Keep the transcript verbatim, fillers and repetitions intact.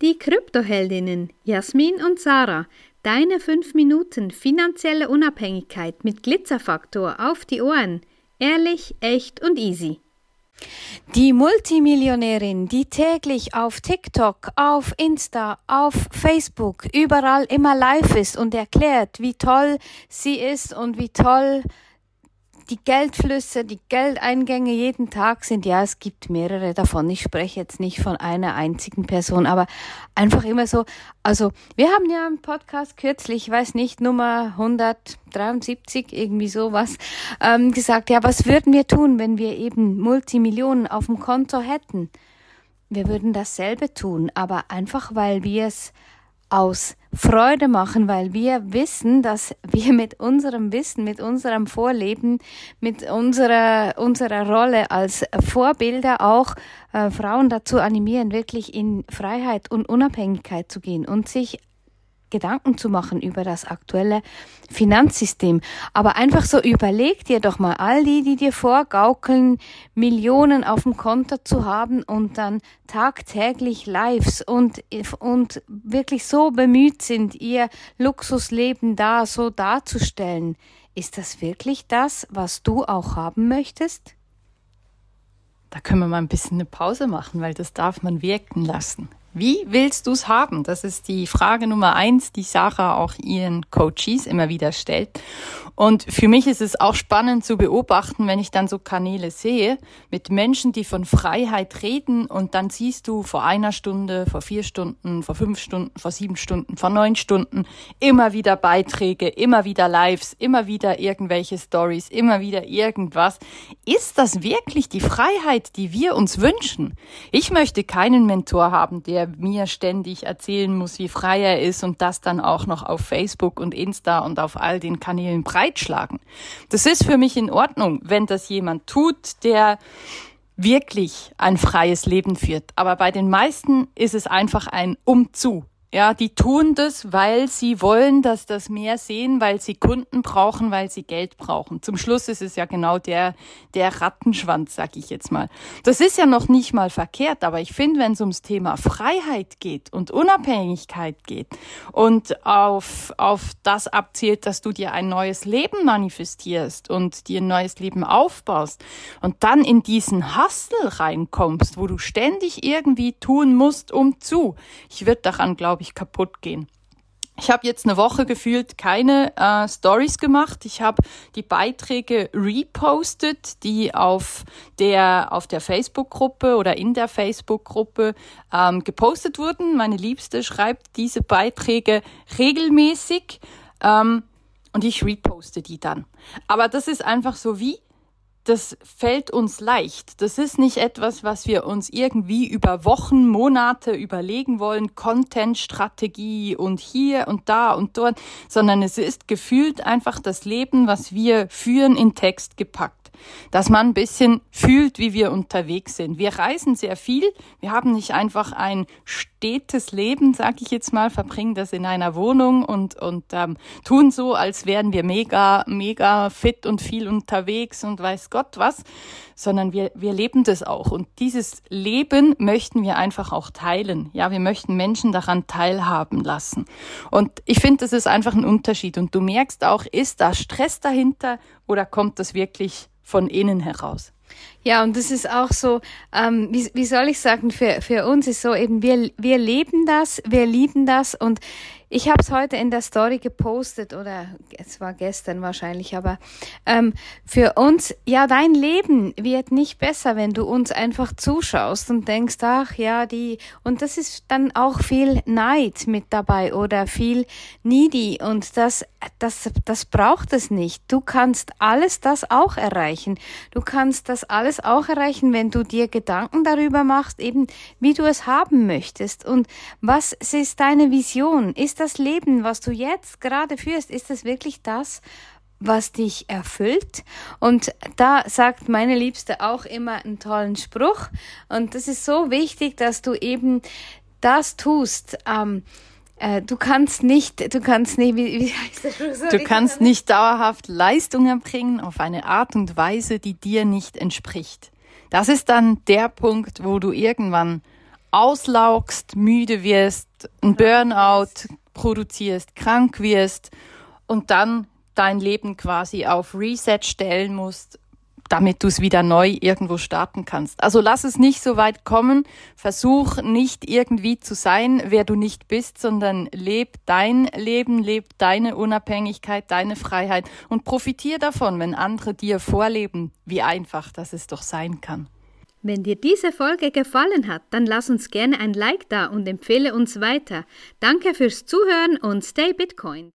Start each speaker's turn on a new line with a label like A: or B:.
A: Die Kryptoheldinnen Jasmin und Sarah. Deine fünf Minuten finanzielle Unabhängigkeit mit Glitzerfaktor auf die Ohren. Ehrlich, echt und easy.
B: Die Multimillionärin, die täglich auf TikTok, auf Insta, auf Facebook, überall immer live ist und erklärt, wie toll sie ist und wie toll die Geldflüsse, die Geldeingänge jeden Tag sind. Ja, es gibt mehrere davon. Ich spreche jetzt nicht von einer einzigen Person, aber einfach immer so. Also wir haben ja im Podcast kürzlich, ich weiß nicht, Nummer hundertdreiundsiebzig, irgendwie sowas, ähm, gesagt, ja, was würden wir tun, wenn wir eben Multimillionen auf dem Konto hätten? Wir würden dasselbe tun, aber einfach, weil wir es aus Freude machen, weil wir wissen, dass wir mit unserem Wissen, mit unserem Vorleben, mit unserer unserer Rolle als Vorbilder auch äh, Frauen dazu animieren, wirklich in Freiheit und Unabhängigkeit zu gehen und sich Gedanken zu machen über das aktuelle Finanzsystem. Aber einfach so überleg dir doch mal, all die, die dir vorgaukeln, Millionen auf dem Konto zu haben und dann tagtäglich Lives und, und wirklich so bemüht sind, ihr Luxusleben da so darzustellen. Ist das wirklich das, was du auch haben möchtest?
C: Da können wir mal ein bisschen eine Pause machen, weil das darf man wirken lassen. Wie willst du es haben? Das ist die Frage Nummer eins, die Sarah auch ihren Coaches immer wieder stellt. Und für mich ist es auch spannend zu beobachten, wenn ich dann so Kanäle sehe, mit Menschen, die von Freiheit reden und dann siehst du vor einer Stunde, vor vier Stunden, vor fünf Stunden, vor sieben Stunden, vor neun Stunden immer wieder Beiträge, immer wieder Lives, immer wieder irgendwelche Stories, immer wieder irgendwas. Ist das wirklich die Freiheit, die wir uns wünschen? Ich möchte keinen Mentor haben, der mir ständig erzählen muss, wie frei er ist und das dann auch noch auf Facebook und Insta und auf all den Kanälen breitschlagen. Das ist für mich in Ordnung, wenn das jemand tut, der wirklich ein freies Leben führt. Aber bei den meisten ist es einfach ein Umzu. Ja, die tun das, weil sie wollen, dass das mehr sehen, weil sie Kunden brauchen, weil sie Geld brauchen. Zum Schluss ist es ja genau der der Rattenschwanz, sag ich jetzt mal. Das ist ja noch nicht mal verkehrt, aber ich finde, wenn es ums Thema Freiheit geht und Unabhängigkeit geht und auf auf das abzielt, dass du dir ein neues Leben manifestierst und dir ein neues Leben aufbaust und dann in diesen Hustle reinkommst, wo du ständig irgendwie tun musst, um zu. Ich würde daran, glaube ich, kaputt gehen. Ich habe jetzt eine Woche gefühlt keine äh, Stories gemacht. Ich habe die Beiträge repostet, die auf der auf der Facebook-Gruppe oder in der Facebook-Gruppe ähm, gepostet wurden. Meine Liebste schreibt diese Beiträge regelmäßig ähm, und ich reposte die dann. Aber das ist einfach so wie das fällt uns leicht. Das ist nicht etwas, was wir uns irgendwie über Wochen, Monate überlegen wollen, Content-Strategie und hier und da und dort, sondern es ist gefühlt einfach das Leben, was wir führen, in Text gepackt. Dass man ein bisschen fühlt, wie wir unterwegs sind. Wir reisen sehr viel. Wir haben nicht einfach ein stetes Leben, sag ich jetzt mal, verbringen das in einer Wohnung und und ähm, tun so, als wären wir mega, mega fit und viel unterwegs und weiß Gott was, sondern wir wir leben das auch. Und dieses Leben möchten wir einfach auch teilen. Ja, wir möchten Menschen daran teilhaben lassen. Und ich finde, das ist einfach ein Unterschied. Und du merkst auch, ist da Stress dahinter oder kommt das wirklich von innen heraus?
B: Ja, und das ist auch so, ähm, wie, wie soll ich sagen, für für uns ist so eben, wir wir leben das, wir lieben das und ich habe es heute in der Story gepostet oder es war gestern wahrscheinlich, aber ähm, für uns, ja, dein Leben wird nicht besser, wenn du uns einfach zuschaust und denkst, ach ja, die, und das ist dann auch viel Neid mit dabei oder viel Needy und das, das, das braucht es nicht. Du kannst alles das auch erreichen. Du kannst das alles auch erreichen, wenn du dir Gedanken darüber machst, eben wie du es haben möchtest und was ist deine Vision? Ist das Leben, was du jetzt gerade führst, ist das wirklich das, was dich erfüllt? Und da sagt meine Liebste auch immer einen tollen Spruch. Und das ist so wichtig, dass du eben das tust. Ähm, äh, du kannst nicht, du kannst nicht, wie, wie heißt das?
C: Du kannst nicht dauerhaft Leistung erbringen auf eine Art und Weise, die dir nicht entspricht. Das ist dann der Punkt, wo du irgendwann auslaugst, müde wirst, ein Burnout produzierst, krank wirst und dann dein Leben quasi auf Reset stellen musst, damit du es wieder neu irgendwo starten kannst. Also lass es nicht so weit kommen, versuch nicht irgendwie zu sein, wer du nicht bist, sondern leb dein Leben, leb deine Unabhängigkeit, deine Freiheit und profitier davon, wenn andere dir vorleben, wie einfach das es doch sein kann.
A: Wenn dir diese Folge gefallen hat, dann lass uns gerne ein Like da und empfehle uns weiter. Danke fürs Zuhören und stay Bitcoin.